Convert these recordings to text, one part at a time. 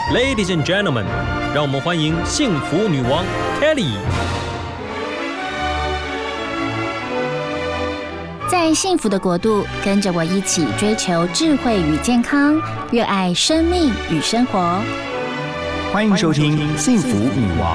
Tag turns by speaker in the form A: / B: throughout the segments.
A: Ladies and gentlemen， 让我们欢迎幸福女王 Kelly。
B: 在幸福的国度，跟着我一起追求智慧与健康，热爱生命与生活。
C: 欢迎收听《幸福女王》。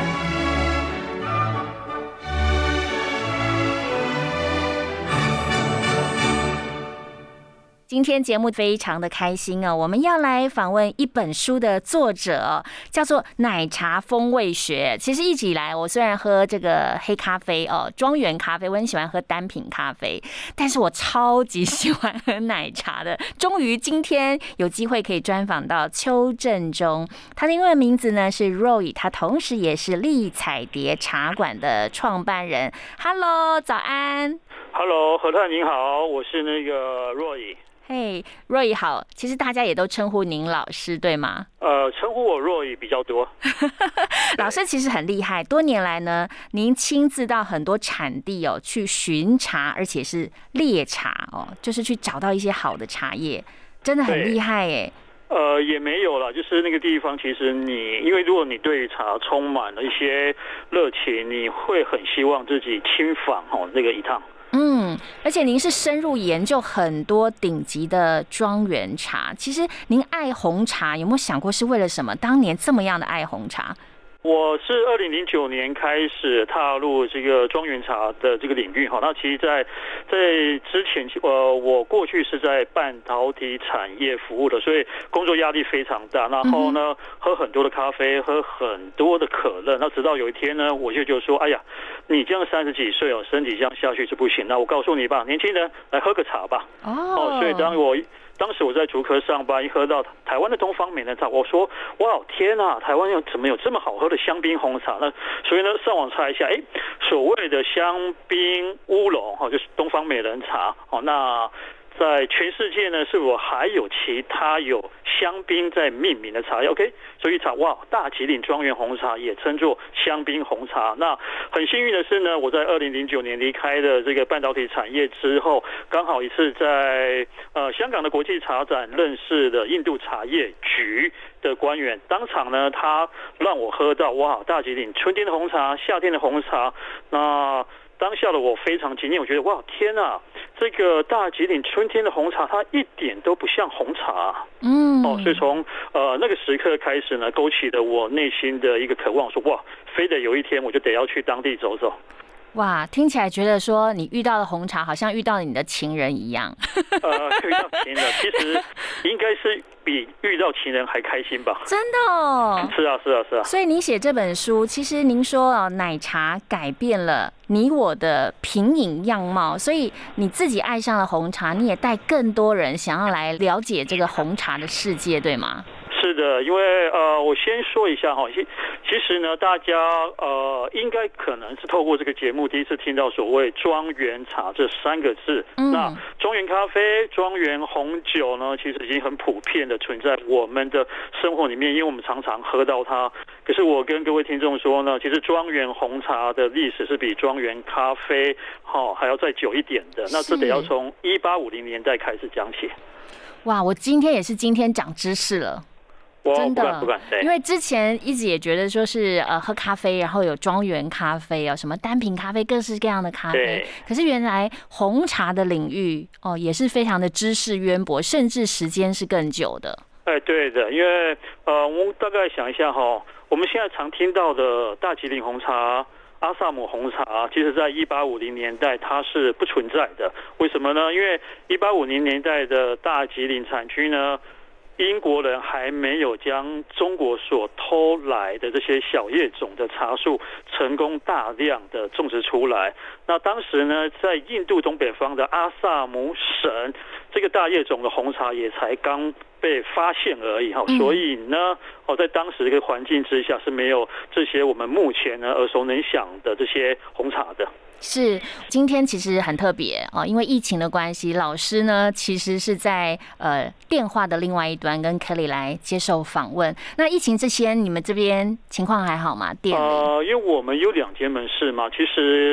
B: 今天节目非常的开心哦，我们要来访问一本书的作者，叫做《奶茶风味学》。其实一直以来，我虽然喝这个黑咖啡哦，庄园咖啡，我很喜欢喝单品咖啡，但是我超级喜欢喝奶茶的。终于今天有机会可以专访到邱正中，他的英文名字呢是 Roy， 他同时也是丽彩蝶茶馆的创办人。Hello， 早安。
D: Hello， 何太您好，我是那个 Roy。
B: 嘿、Roy 好，其实大家也都称呼您老师，对吗？
D: 称呼我 Roy 比较多。
B: 老师其实很厉害，多年来呢，您亲自到很多产地哦去巡茶，而且是猎茶哦，就是去找到一些好的茶叶，真的很厉害耶。
D: 也没有啦，就是那个地方，其实因为如果你对茶充满了一些热情，你会很希望自己亲访那个一趟。
B: 而且您是深入研究很多顶级的庄园茶。其实您爱红茶，有没有想过是为了什么？当年这么样的爱红茶？
D: 我是2009年开始踏入这个庄园茶的这个领域哈。那其实在之前，我过去是在半导体产业服务的，所以工作压力非常大。然后呢，喝很多的咖啡，喝很多的可乐。那直到有一天呢，我就说，哎呀，你这样30几岁哦，身体这样下去是不行。那我告诉你吧，年轻人来喝个茶吧。所以当时我在竹科上班，一喝到台湾的东方美人茶，我说哇天啊，台湾怎么有这么好喝的香槟红茶呢？所以呢，上网查一下，所谓的香槟乌龙就是东方美人茶那在全世界呢，是否还有其他有香槟在命名的茶叶 ？OK， 所以查哇，大吉岭庄园红茶也称作香槟红茶。那很幸运的是呢，我在2009年离开了这个半导体产业之后，刚好也是在香港的国际茶展认识了印度茶叶局的官员，当场呢，他让我喝到哇，大吉岭春天的红茶、夏天的红茶，那当下的我非常惊艳，我觉得哇天啊，这个大吉岭春天的红茶，它一点都不像红茶。所以从那个时刻开始呢，勾起了我内心的一个渴望，说哇，非得有一天我就得要去当地走走。
B: 哇，听起来觉得说你遇到的红茶好像遇到了你的情人一样。
D: 遇到情人，其实应该是比遇到情人还开心吧？
B: 真的哦。
D: 是啊。所
B: 以您写这本书，其实您说奶茶改变了你我的品饮样貌，所以你自己爱上了红茶，你也带更多人想要来了解这个红茶的世界，对吗？
D: 是的，因为我先说一下其实呢，大家应该可能是透过这个节目第一次听到所谓庄园茶这3个字。那庄园咖啡、庄园红酒呢，其实已经很普遍的存在我们的生活里面，因为我们常常喝到它。可是我跟各位听众说呢，其实庄园红茶的历史是比庄园咖啡还要再久一点的。那这得要从1850年代开始讲起。
B: 哇，我今天也是长知识了。真的，
D: 不敢，
B: 因为之前一直也觉得说是喝咖啡，然后有庄园咖啡什么单品咖啡，各式各样的咖啡。可是原来红茶的领域也是非常的知识渊博，甚至时间是更久的。
D: 对的，因为我们大概想一下我们现在常听到的大吉岭红茶、阿萨姆红茶，其实在1850年代它是不存在的。为什么呢？因为1850年代的大吉岭产区呢，英国人还没有将中国所偷来的这些小叶种的茶树成功大量的种植出来。那当时呢，在印度东北方的阿萨姆省，这个大叶种的红茶也才刚被发现而已所以呢，在当时这个环境之下是没有这些我们目前呢耳熟能详的这些红茶的。
B: 是，今天其实很特别因为疫情的关系，老师呢其实是在电话的另外一端跟 Kelly 来接受访问。那疫情之前，你们这边情况还好吗？店里？
D: 因为我们有2间门市嘛，其实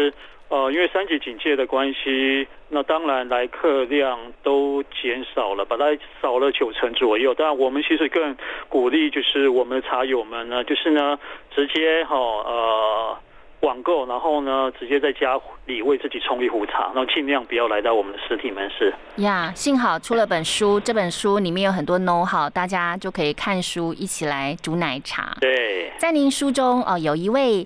D: 因为3级警戒的关系，那当然来客量都减少了，把它少了90%左右。当然，我们其实更鼓励就是我们的茶友们呢，就是呢直接网购，然后呢直接在家里为自己冲一壶茶，然后尽量不要来到我们的实体门市。
B: 呀，幸好出了本书，这本书里面有很多 know how， 大家就可以看书一起来煮奶茶。
D: 对，
B: 在您书中有一位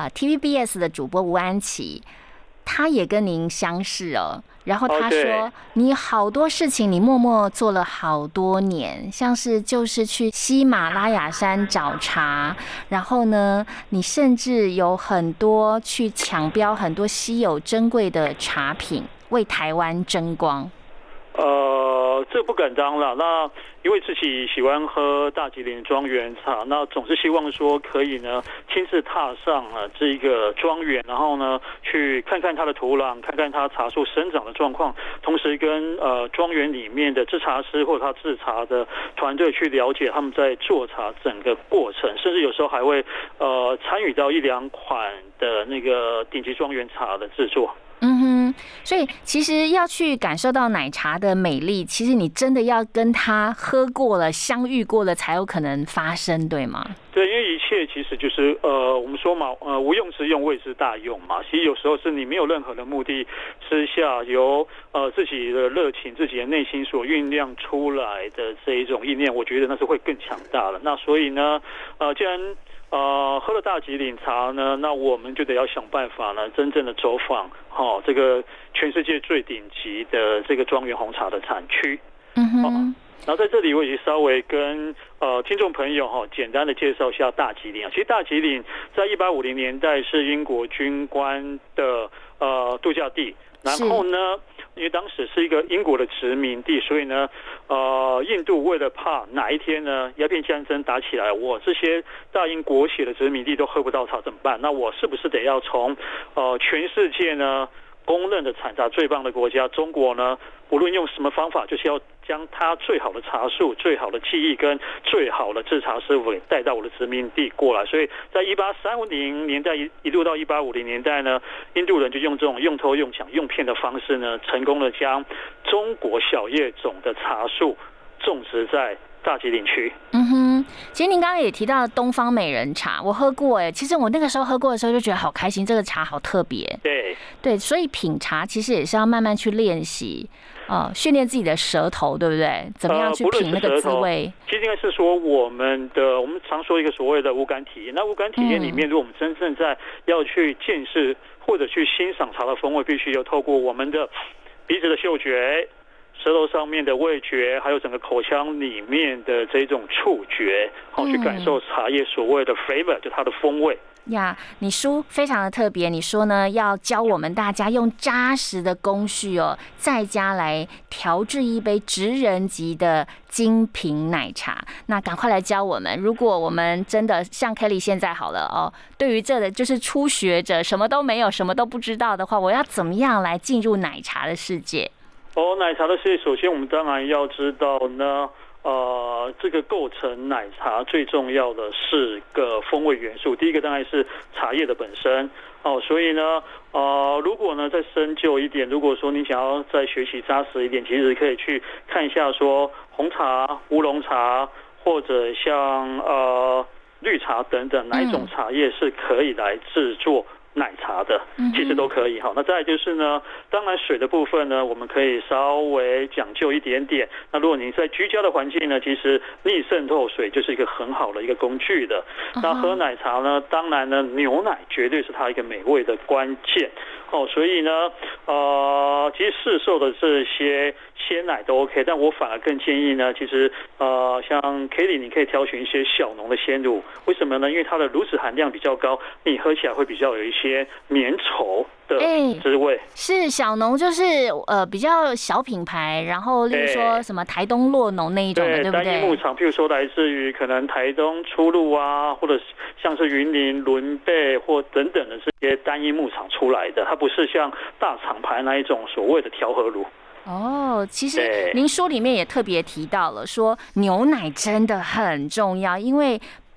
B: TVBS 的主播吴安琪，他也跟您相识哦。然后他说，你好多事情你默默做了好多年，像是就是去喜马拉雅山找茶，然后呢，你甚至有很多去抢标很多稀有珍贵的茶品，为台湾争光。
D: 这不敢当了。那因为自己喜欢喝大吉岭庄园茶，那总是希望说可以呢亲自踏上这一个庄园，然后呢去看看它的土壤，看看它茶树生长的状况，同时跟庄园里面的制茶师或者他制茶的团队去了解他们在做茶整个过程，甚至有时候还会参与到1-2款的那个顶级庄园茶的制作。
B: 所以其实要去感受到奶茶的美丽，其实你真的要跟它喝过了、相遇过了，才有可能发生，对吗？
D: 对，因为一切其实就是我们说嘛，无用之用谓之大用嘛。其实有时候是你没有任何的目的之下，由自己的热情、自己的内心所酝酿出来的这一种意念，我觉得那是会更强大了。那所以呢，既然喝了大吉岭茶呢，那我们就得要想办法呢，真正的走访这个全世界最顶级的这个庄园红茶的产区。然后在这里我也稍微跟听众朋友简单的介绍一下大吉岭。其实大吉岭在1850年代是英国军官的度假地，然后呢，因为当时是一个英国的殖民地，所以呢，印度为了怕哪一天呢鸦片战争打起来，我这些大英国血的殖民地都喝不到茶怎么办？那我是不是得要从全世界呢公认的产茶最棒的国家中国呢，无论用什么方法，就是要将它最好的茶树、最好的技艺跟最好的制茶师傅给带到我的殖民地过来。所以在1830年代一路到1850年代呢，印度人就用这种用偷用抢用骗的方式呢，成功的将中国小叶种的茶树种植在大吉岭区。
B: 其实您刚刚也提到东方美人茶，我喝过哎，其实我那个时候喝过的时候就觉得好开心，这个茶好特别。对，所以品茶其实也是要慢慢去练习，训练自己的舌头，对不对？怎么样去品那个滋味？
D: 其实应该是说我们常说一个所谓的无感体验。那无感体验里面，如果我们真正在要去见识或者去欣赏茶的风味，必须要透过我们的鼻子的嗅觉、舌头上面的味觉，还有整个口腔里面的这种触觉，去感受茶叶所谓的 flavor， 就它的风味。
B: 你书非常的特别，你说呢要教我们大家用扎实的工序在家来调制一杯职人级的精品奶茶。那赶快来教我们，如果我们真的像 Kelly 现在好了对于这的就是初学者，什么都没有，什么都不知道的话，我要怎么样来进入奶茶的世界？
D: 奶茶的世界，首先我们当然要知道呢，这个构成奶茶最重要的4个风味元素。第一个当然是茶叶的本身所以呢，如果呢再深究一点，如果说你想要再学习扎实一点，其实可以去看一下说红茶、乌龙茶或者像绿茶等等，哪一种茶叶是可以来制作奶茶的，其实都可以。那再来就是呢，当然水的部分呢，我们可以稍微讲究一点点。那如果你在居家的环境呢，其实逆渗透水就是一个很好的一个工具的。那喝奶茶呢，当然呢，牛奶绝对是它一个美味的关键。所以呢，其实市售的这些鲜奶都 OK， 但我反而更建议呢，其实像 Kelly 你可以挑选一些小农的鲜乳，为什么呢？因为它的乳脂含量比较高，你喝起来会比较有一些绵稠的滋味。
B: 是小农就是比较小品牌，然后例如说什么台东洛农那一种的，对不对？
D: 单一牧场，譬如说来自于可能台东初鹿啊，或者像是云林伦贝或等等的这些单一牧场出来的，它不是像大厂牌那一种所谓的调和乳。
B: 其实您书里面也特别提到了，说牛奶真的很重要，因为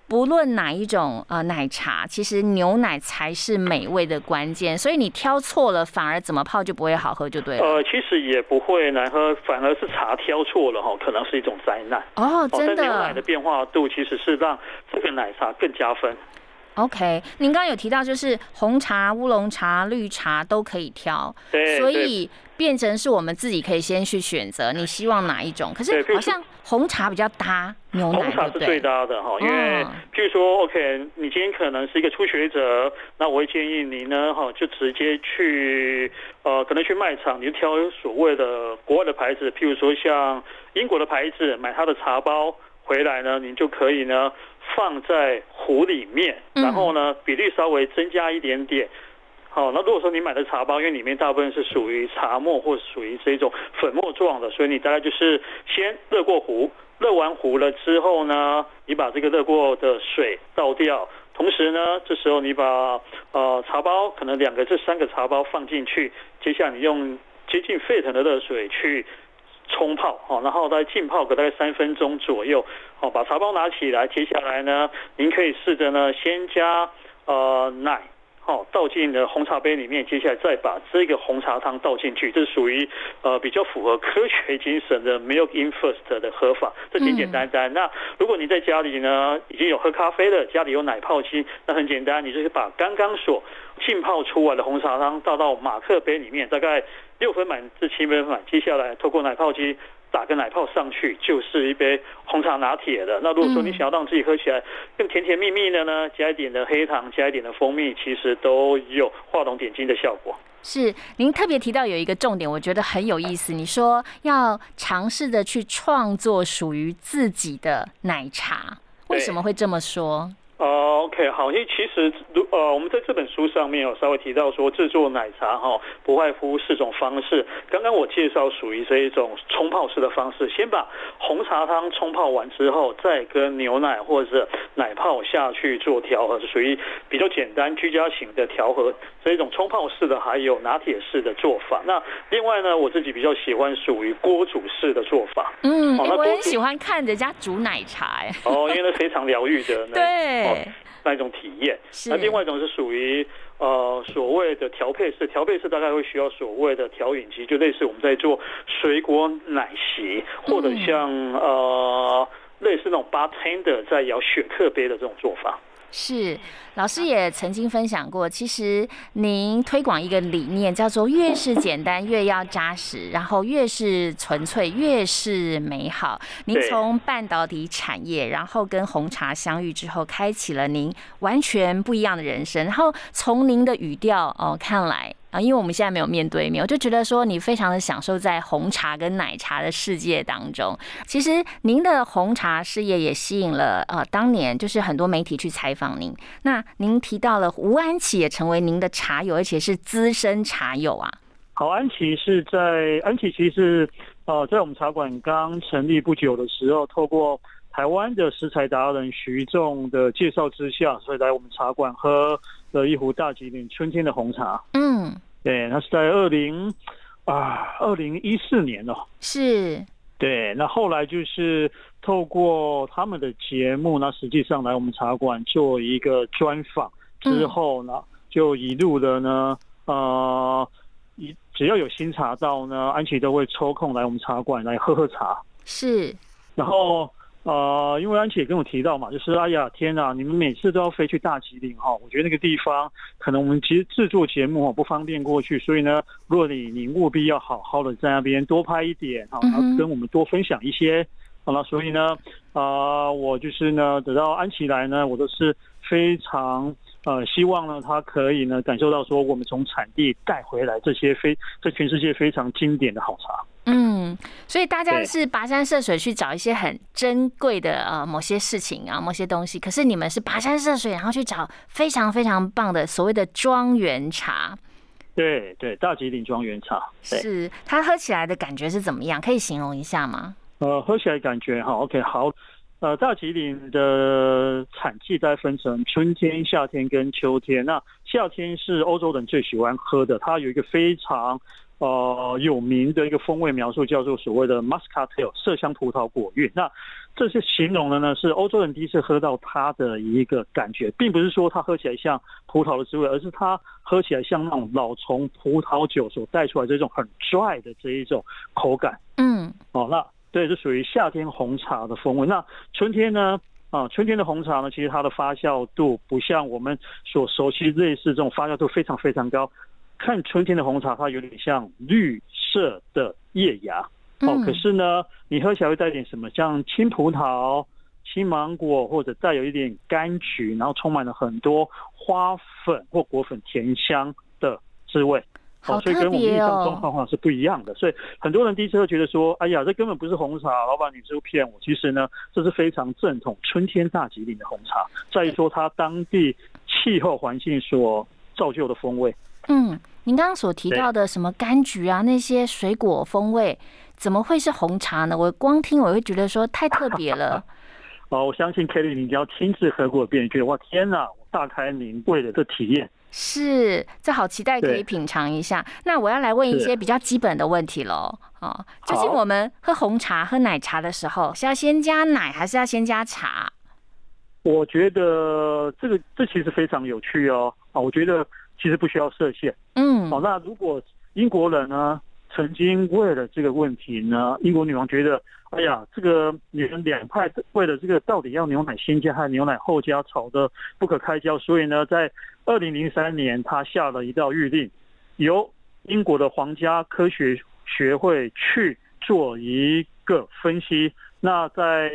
B: 不论哪一种奶茶，其实牛奶才是美味的关键，所以你挑错了，反而怎么泡就不会好喝，就对了。
D: 其实也不会难喝，反而是茶挑错了可能是一种灾难。
B: 真的。
D: 但牛奶的变化度其实是让这个奶茶更加分。
B: OK， 您刚刚有提到就是红茶、乌龙茶、绿茶都可以挑，
D: 对，
B: 所以变成是我们自己可以先去选择你希望哪一种。可是好像红茶比较搭牛奶，
D: 红茶是最搭的因为譬如说 OK， 你今天可能是一个初学者，那我会建议你呢就直接去可能去卖场，你就挑所谓的国外的牌子，譬如说像英国的牌子，买它的茶包回来呢，你就可以呢放在壶里面，然后呢比例稍微增加一点点。好，那如果说你买的茶包，因为里面大部分是属于茶沫或属于这种粉末状的，所以你大概就是先热过壶，热完壶了之后呢，你把这个热过的水倒掉，同时呢，这时候你把茶包可能2个至3个茶包放进去，接下来你用接近沸腾的热水去冲泡，然后再浸泡个大概3分钟左右，把茶包拿起来，接下来呢，您可以试着呢先加奶。倒进了红茶杯里面，接下来再把这个红茶汤倒进去，这是属于比较符合科学精神的 milk in first 的喝法，这简简单单。那如果你在家里呢已经有喝咖啡了，家里有奶泡机，那很简单，你就是把刚刚所浸泡出来的红茶汤倒到马克杯里面，大概6分满至7分满，接下来透过奶泡机打个奶泡上去，就是一杯红茶拿铁了。那如果说你想要让自己喝起来更甜甜蜜蜜的呢，加一点的黑糖，加一点的蜂蜜，其实都有画龙点睛的效果。
B: 是，您特别提到有一个重点，我觉得很有意思。你说要尝试的去创作属于自己的奶茶，为什么会这么说
D: ？OK， 好，因为其实我们在这本书上面有稍微提到说，制作奶茶不外乎4种方式。刚刚我介绍属于这一种冲泡式的方式，先把红茶汤冲泡完之后，再跟牛奶或者奶泡下去做调和，是属于比较简单居家型的调和。这一种冲泡式的，还有拿铁式的做法。那另外呢，我自己比较喜欢属于锅煮式的做法。
B: 我很喜欢看人家煮奶茶
D: 因为那非常疗愈的
B: 对。
D: 那一种体验。那另外一种是属于所谓的调配式，调配式大概会需要所谓的调饮机，就类似我们在做水果奶昔，或者像类似那种 bartender 在摇雪克杯的这种做法。
B: 是，老师也曾经分享过，其实您推广一个理念，叫做越是简单越要扎实，然后越是纯粹越是美好。您从半导体产业，然后跟红茶相遇之后，开启了您完全不一样的人生。然后从您的语调看来因为我们现在没有面对面，我就觉得说你非常的享受在红茶跟奶茶的世界当中。其实您的红茶事业也吸引了当年就是很多媒体去采访您。那您提到了吴安琪也成为您的茶友，而且是资深茶友啊。
E: 好，安琪其实是在我们茶馆刚成立不久的时候，透过台湾的食材达人徐仲的介绍之下，所以来我们茶馆喝了一壶大吉岭春天的红茶。对，那是在2014年
B: 是。
E: 对，那后来就是透过他们的节目，那实际上来我们茶馆做一个专访之后呢，就一路的呢，只要有新茶到呢，安琪都会抽空来我们茶馆来喝茶。
B: 是，
E: 然后因为安琪也跟我提到嘛，就是哎呀天哪，你们每次都要飞去大吉岭我觉得那个地方可能我们其实制作节目不方便过去，所以呢，如果你务必要好好的在那边多拍一点然后跟我们多分享一些那所以呢我就是呢等到安琪来呢，我都是非常希望呢他可以呢感受到说我们从产地带回来这全世界非常经典的好茶。
B: 所以大家是跋山涉水去找一些很珍贵的某些事情某些东西，可是你们是跋山涉水然后去找非常非常棒的所谓的庄园茶。
E: 对，大吉岭庄园茶。
B: 是，它喝起来的感觉是怎么样？可以形容一下吗？
E: 喝起来感觉OK 好。大吉岭的产季大概分成春天、夏天跟秋天。那夏天是欧洲人最喜欢喝的，它有一个非常有名的一个风味描述，叫做所谓的 Muscatel 麝香葡萄果韵。那这是形容的呢，是欧洲人第一次喝到它的一个感觉，并不是说它喝起来像葡萄的滋味，而是它喝起来像那种老从葡萄酒所带出来这种很 dry 的这一种口感。那对，这属于夏天红茶的风味。那春天呢？春天的红茶呢，其实它的发酵度不像我们所熟悉类似这种发酵度非常非常高。看春天的红茶，它有点像绿色的叶芽。可是呢，你喝起来会带点什么，像青葡萄、青芒果，或者带有一点柑橘，然后充满了很多花粉或果粉甜香的滋味。
B: 好
E: 所以跟我们印象中的话是不一样的。所以很多人第一次会觉得说，哎呀，这根本不是红茶，老板你是不是骗我？其实呢，这是非常正统春天大吉岭的红茶，在于说它当地气候环境所造就的风味。
B: 您刚刚所提到的什么柑橘啊，那些水果风味，怎么会是红茶呢？我光听我会觉得说太特别了。
E: 我相信 Kelly 你只要亲自喝过一遍，觉得哇天哪，我大开您味的这体验。
B: 是，这好期待可以品尝一下。那我要来问一些比较基本的问题喽。究竟我们喝红茶、喝奶茶的时候，是要先加奶还是要先加茶？
E: 我觉得这其实非常有趣哦。我觉得其实不需要设限。那如果英国人呢，曾经为了这个问题呢，英国女王觉得，哎呀，这个你们两派为了这个到底要牛奶先加还是牛奶后加，吵得不可开交。所以呢，在2003年，她下了一道谕令，由英国的皇家科学学会去做一个分析。那在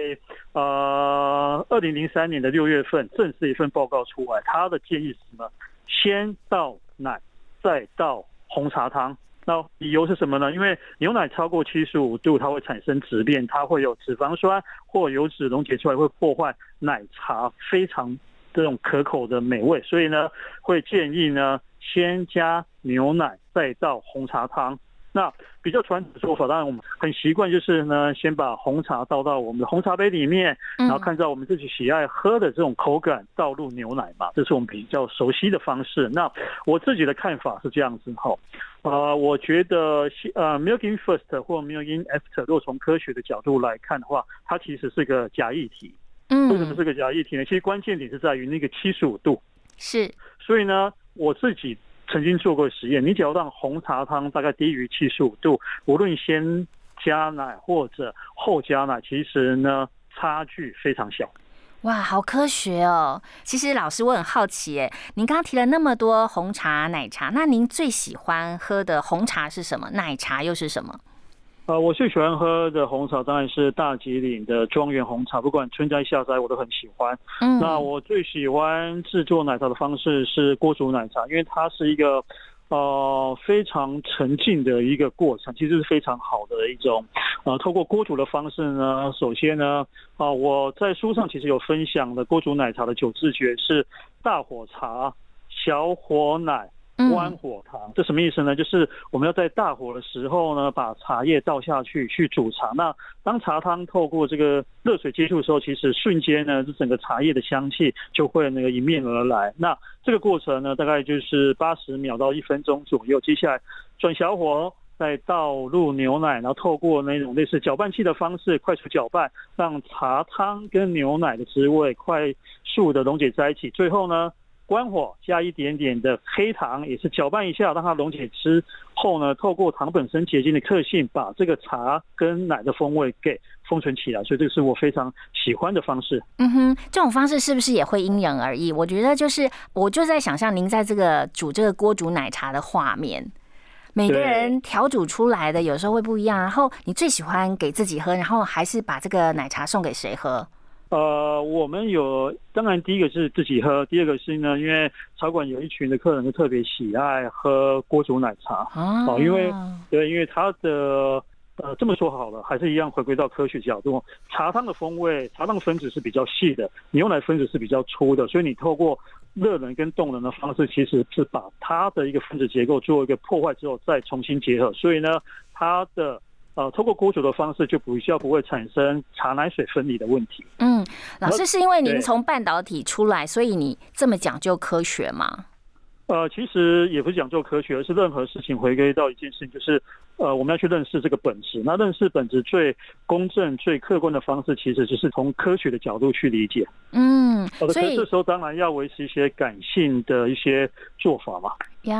E: 2003年的6月份，正式一份报告出来，他的建议是什么？先倒奶，再倒红茶汤。那理由是什么呢？因为牛奶超过75度，它会产生质变，它会有脂肪酸或油脂溶解出来，会破坏奶茶非常这种可口的美味。所以呢，会建议呢，先加牛奶，再倒红茶汤。那比较传统的做法，当然我们很习惯，就是呢，先把红茶倒到我们的红茶杯里面，然后看照我们自己喜爱喝的这种口感，倒入牛奶嘛，这是我们比较熟悉的方式。那我自己的看法是这样子哈，我觉得milk in first 或 milk in after， 如果从科学的角度来看的话，它其实是个假议题。为什么是个假议题呢？其实关键点是在于那个75度。
B: 是，
E: 所以呢，我自己曾经做过实验，你只要让红茶汤大概低于75度，无论先加奶或者后加奶，其实呢差距非常小。
B: 哇，好科学哦！其实老师我很好奇耶，您刚刚提了那么多红茶、奶茶，那您最喜欢喝的红茶是什么？奶茶又是什么？
E: 我最喜欢喝的红茶当然是大吉岭的庄园红茶，不管春摘夏摘我都很喜欢。那我最喜欢制作奶茶的方式是锅煮奶茶，因为它是一个非常沉浸的一个过程，其实是非常好的一种透过锅煮的方式呢。首先呢，我在书上其实有分享的锅煮奶茶的9字诀是大火茶、小火奶、关火糖。这什么意思呢？就是我们要在大火的时候呢，把茶叶倒下去煮茶。那当茶汤透过这个热水接触的时候，其实瞬间呢，这整个茶叶的香气就会那个迎面而来。那这个过程呢，大概就是80秒到1分钟左右。接下来转小火，再倒入牛奶，然后透过那种类似搅拌器的方式快速搅拌，让茶汤跟牛奶的滋味快速的溶解在一起。最后呢，关火，加一点点的黑糖，也是搅拌一下，让它溶解之后呢，透过糖本身结晶的特性，把这个茶跟奶的风味给封存起来。所以这个是我非常喜欢的方式。
B: 这种方式是不是也会因人而异？我觉得我就在想象您在这个煮这个锅煮奶茶的画面，每个人调煮出来的有时候会不一样。然后你最喜欢给自己喝，然后还是把这个奶茶送给谁喝？
E: 我们当然第一个是自己喝，第二个是呢，因为茶馆有一群的客人就特别喜爱喝锅煮奶茶因为它的这么说好了，还是一样回归到科学角度，茶汤的风味，茶汤分子是比较细的，牛奶分子是比较粗的，所以你透过热能跟冻能的方式，其实是把它的一个分子结构做一个破坏之后再重新结合，所以呢，它的透过锅煮的方式就比较不会产生茶奶水分离的问题。
B: 老师是因为您从半导体出来，所以你这么讲究科学吗？
E: 其实也不是讲究科学，而是任何事情回归到一件事情，就是我们要去认识这个本质。那认识本质最公正、最客观的方式，其实就是从科学的角度去理解。所以这时候当然要维持一些感性的一些做法嘛。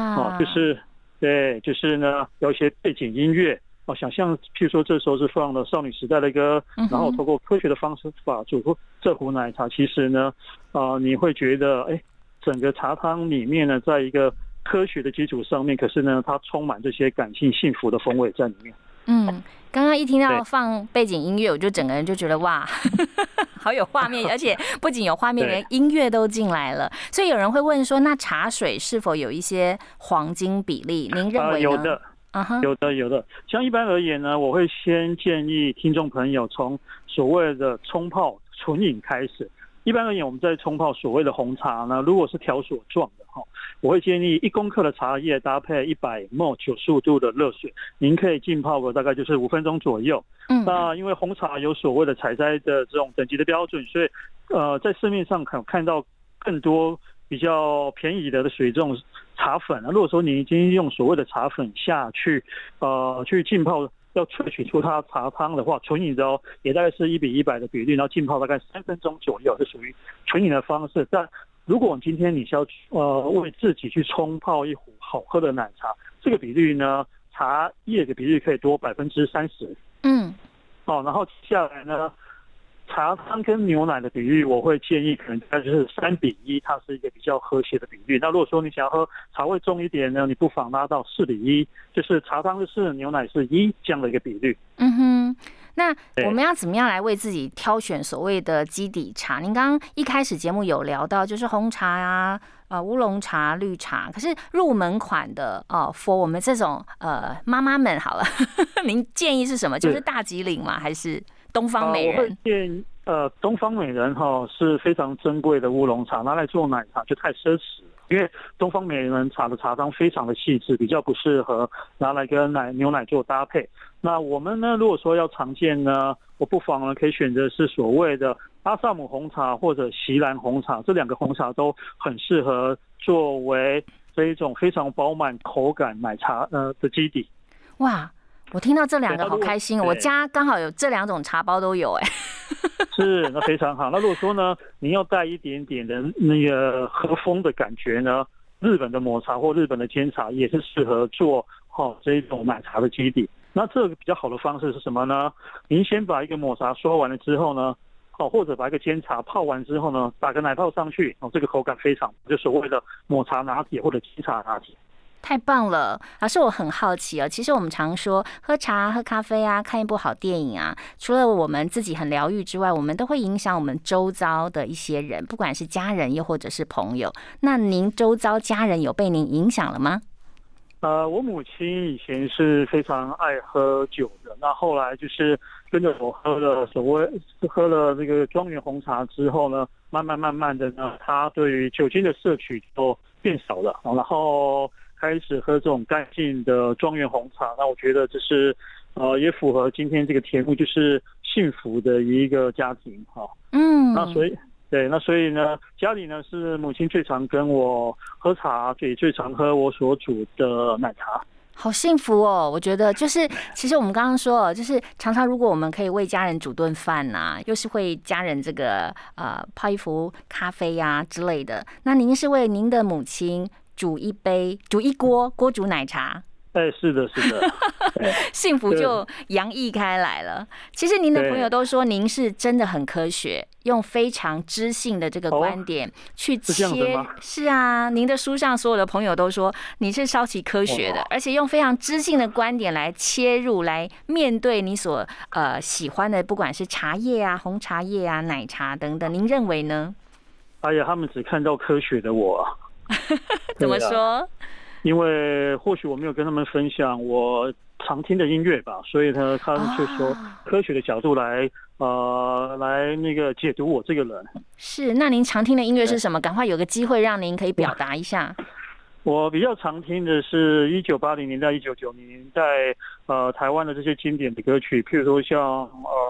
E: 就是呢，有一些背景音乐。想象，譬如说这时候是放了少女时代的歌，然后透过科学的方式法煮出这壶奶茶，其实呢，你会觉得，整个茶汤里面呢，在一个科学的基础上面，可是呢，它充满这些感性、幸福的风味在里面。
B: 刚刚一听到放背景音乐，我就整个人就觉得哇，好有画面，而且不仅有画面，连音乐都进来了。所以有人会问说，那茶水是否有一些黄金比例？您认为呢？
E: 有的。有的。像一般而言呢，我会先建议听众朋友从所谓的冲泡纯饮开始。一般而言，我们在冲泡所谓的红茶呢，如果是条索状的我会建议1公克的茶叶搭配100 ml 95度的热水，您可以浸泡个大概就是5分钟左右。那因为红茶有所谓的采摘的这种等级的标准，所以在市面上看到更多比较便宜的水这种茶粉。如果说你已经用所谓的茶粉下去去浸泡，要萃取出它茶汤的话，纯饮的也大概是1比100的比例，然后浸泡大概3分钟左右，是属于纯饮的方式。但如果今天你是要为自己去冲泡一壶好喝的奶茶，这个比率呢，茶叶的比率可以多30%。然后接下来呢，茶汤跟牛奶的比例，我会建议可能大概就是3比1，它是一个比较和谐的比率。那如果说你想要喝茶味重一点呢，你不妨拉到4比1，就是茶汤是4，牛奶是1这样的一个比率。
B: 那我们要怎么样来为自己挑选所谓的基底茶？您刚刚一开始节目有聊到，就是红茶啊、乌龙茶、绿茶，可是入门款的for 我们这种妈妈们好了，您建议是什么？就是大吉岭吗？还是东方美人？
E: 我会建议东方美人是非常珍贵的乌龙茶，拿来做奶茶就太奢侈了。因为东方美人茶的茶汤非常的细致，比较不适合拿来跟牛奶做搭配。那我们呢，如果说要常见呢，我不妨呢可以选择是所谓的阿萨姆红茶或者锡兰红茶，这2个红茶都很适合作为这一种非常饱满口感奶茶的基底。
B: 哇！我听到这2个好开心，我家刚好有这2种茶包都有
E: 是，那非常好。那如果说呢，你要带一点点的那个和风的感觉呢，日本的抹茶或日本的煎茶也是适合做这一种奶茶的基底。那这个比较好的方式是什么呢？您先把一个抹茶说完了之后呢，或者把一个煎茶泡完之后呢，打个奶泡上去，这个口感非常，就所谓的抹茶拿铁或者煎茶拿铁。
B: 太棒了，老师，我很好奇其实我们常说喝茶、喝咖啡啊，看一部好电影啊，除了我们自己很疗愈之外，我们都会影响我们周遭的一些人，不管是家人又或者是朋友。那您周遭家人有被您影响了吗？
E: 我母亲以前是非常爱喝酒的，那后来就是跟着我喝了那个庄园红茶之后呢，慢慢的呢，她对于酒精的摄取就变少了，然后开始喝这种干净的庄园红茶。那我觉得这是也符合今天这个题目，就是幸福的一个家庭那所以呢，家里呢是母亲最常跟我喝茶，最常喝我所煮的奶茶。
B: 好幸福哦！我觉得就是，其实我们刚刚说，就是常常如果我们可以为家人煮顿饭呐，又是为家人这个泡一壶咖啡呀之类的，那您是为您的母亲煮一锅煮奶茶。
E: 是的，
B: 幸福就洋溢开来了。其实您的朋友都说您是真的很科学，用非常知性的这个观点去切。是啊，您的书上所有的朋友都说你是超级科学的，而且用非常知性的观点来切入，来面对你所喜欢的，不管是茶叶啊、红茶叶啊、奶茶等等。您认为呢？
E: 哎呀，他们只看到科学的我
B: 怎么说？
E: 因为或许我没有跟他们分享我常听的音乐吧，所以呢，他们就说科学的角度来那个解读我这个人。是，
B: 那您常听的音乐是什么？赶快有个机会让您可以表达一下。
E: 我比较常听的是1980年代、1990年代台湾的这些经典的歌曲，譬如说像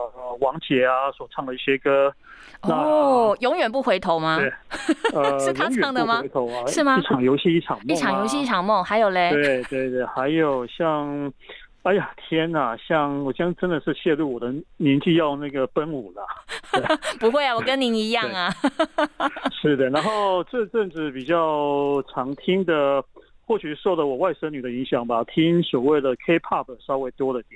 E: 王杰啊所唱的一些歌。
B: 哦，永远不回头吗？
E: 对，
B: 是他唱的吗？
E: 永远不回头啊，
B: 是吗？
E: 一场游戏一场梦，
B: 一场游戏一场梦，还有嘞？
E: 对对对，还有像。哎呀，天哪！像我将真的是泄露我的年纪，要那个奔五了。
B: 不会啊，我跟您一样啊。
E: 是的，然后这阵子比较常听的，或许受了我外甥女的影响吧，听所谓的 K-pop 稍微多了点。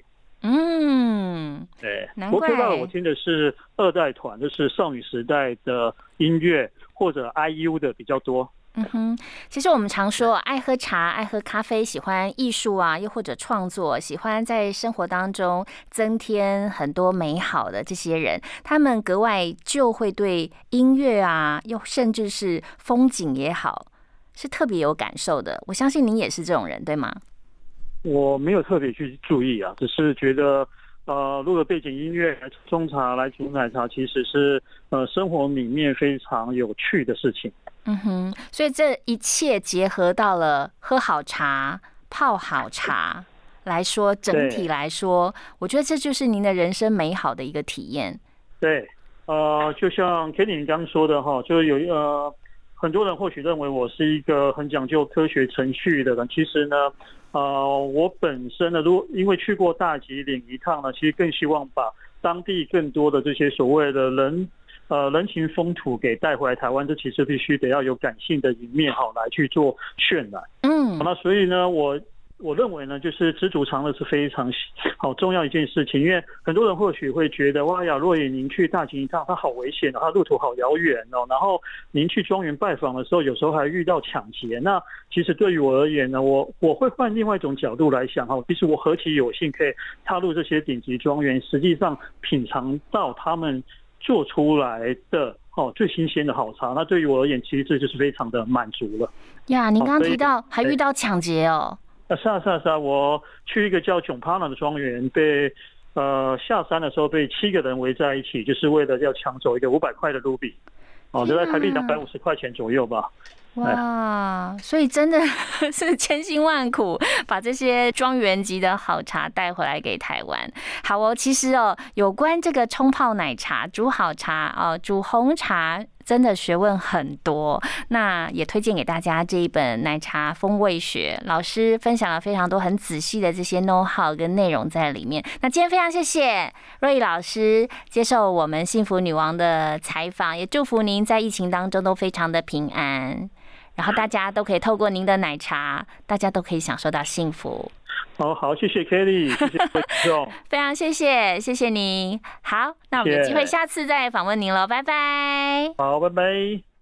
E: 对。
B: 难怪。
E: 我 K-pop 我听的是二代团，就是少女时代的音乐或者 IU 的比较多。
B: 其实我们常说爱喝茶、爱喝咖啡，喜欢艺术啊，又或者创作，喜欢在生活当中增添很多美好的这些人，他们格外就会对音乐啊，又甚至是风景也好，是特别有感受的。我相信您也是这种人，对吗？
E: 我没有特别去注意啊，只是觉得如果背景音乐来冲茶、来煮奶茶，其实是生活里面非常有趣的事情。
B: 所以这一切结合到了喝好茶、泡好茶来说，整体来说，我觉得这就是您的人生美好的一个体验。
E: 对，就像 Kenny 你刚刚说的哈，就是有很多人或许认为我是一个很讲究科学程序的人，其实呢，我本身呢，如果因为去过大吉岭一趟呢，其实更希望把当地更多的这些所谓的人情风土给带回来台湾，这其实必须得要有感性的一面好来去做渲染。那所以呢，我认为呢，就是知足常乐是非常好重要一件事情，因为很多人或许会觉得，哇呀，若野您去大吉一趟，它好危险哦，它路途好遥远哦，然后您去庄园拜访的时候，有时候还遇到抢劫。那其实对于我而言呢，我会换另外一种角度来想哈，其实我何其有幸可以踏入这些顶级庄园，实际上品尝到他们做出来的最新鲜的好茶，那对于我而言，其实这就是非常的满足了。
B: 呀，您刚刚提到还遇到抢劫哦。
E: 是啊，我去一个叫囧帕纳的庄园，被下山的时候被7个人围在一起，就是为了要抢走一个500块的卢比，就在台币250块钱左右吧。
B: 哇，所以真的是千辛万苦把这些庄园级的好茶带回来给台湾。好哦，其实有关这个冲泡奶茶、煮好茶煮红茶，真的学问很多。那也推荐给大家这一本《奶茶风味学》，老师分享了非常多很仔细的这些 know how 跟内容在里面。那今天非常谢谢若仪老师接受我们幸福女王的采访，也祝福您在疫情当中都非常的平安。然后大家都可以透过您的奶茶，大家都可以享受到幸福。
E: 好，谢谢 Kelly， 谢谢观众，
B: 非常谢谢您。好，那我们有机会下次再访问您了，拜拜。
E: 好，拜拜。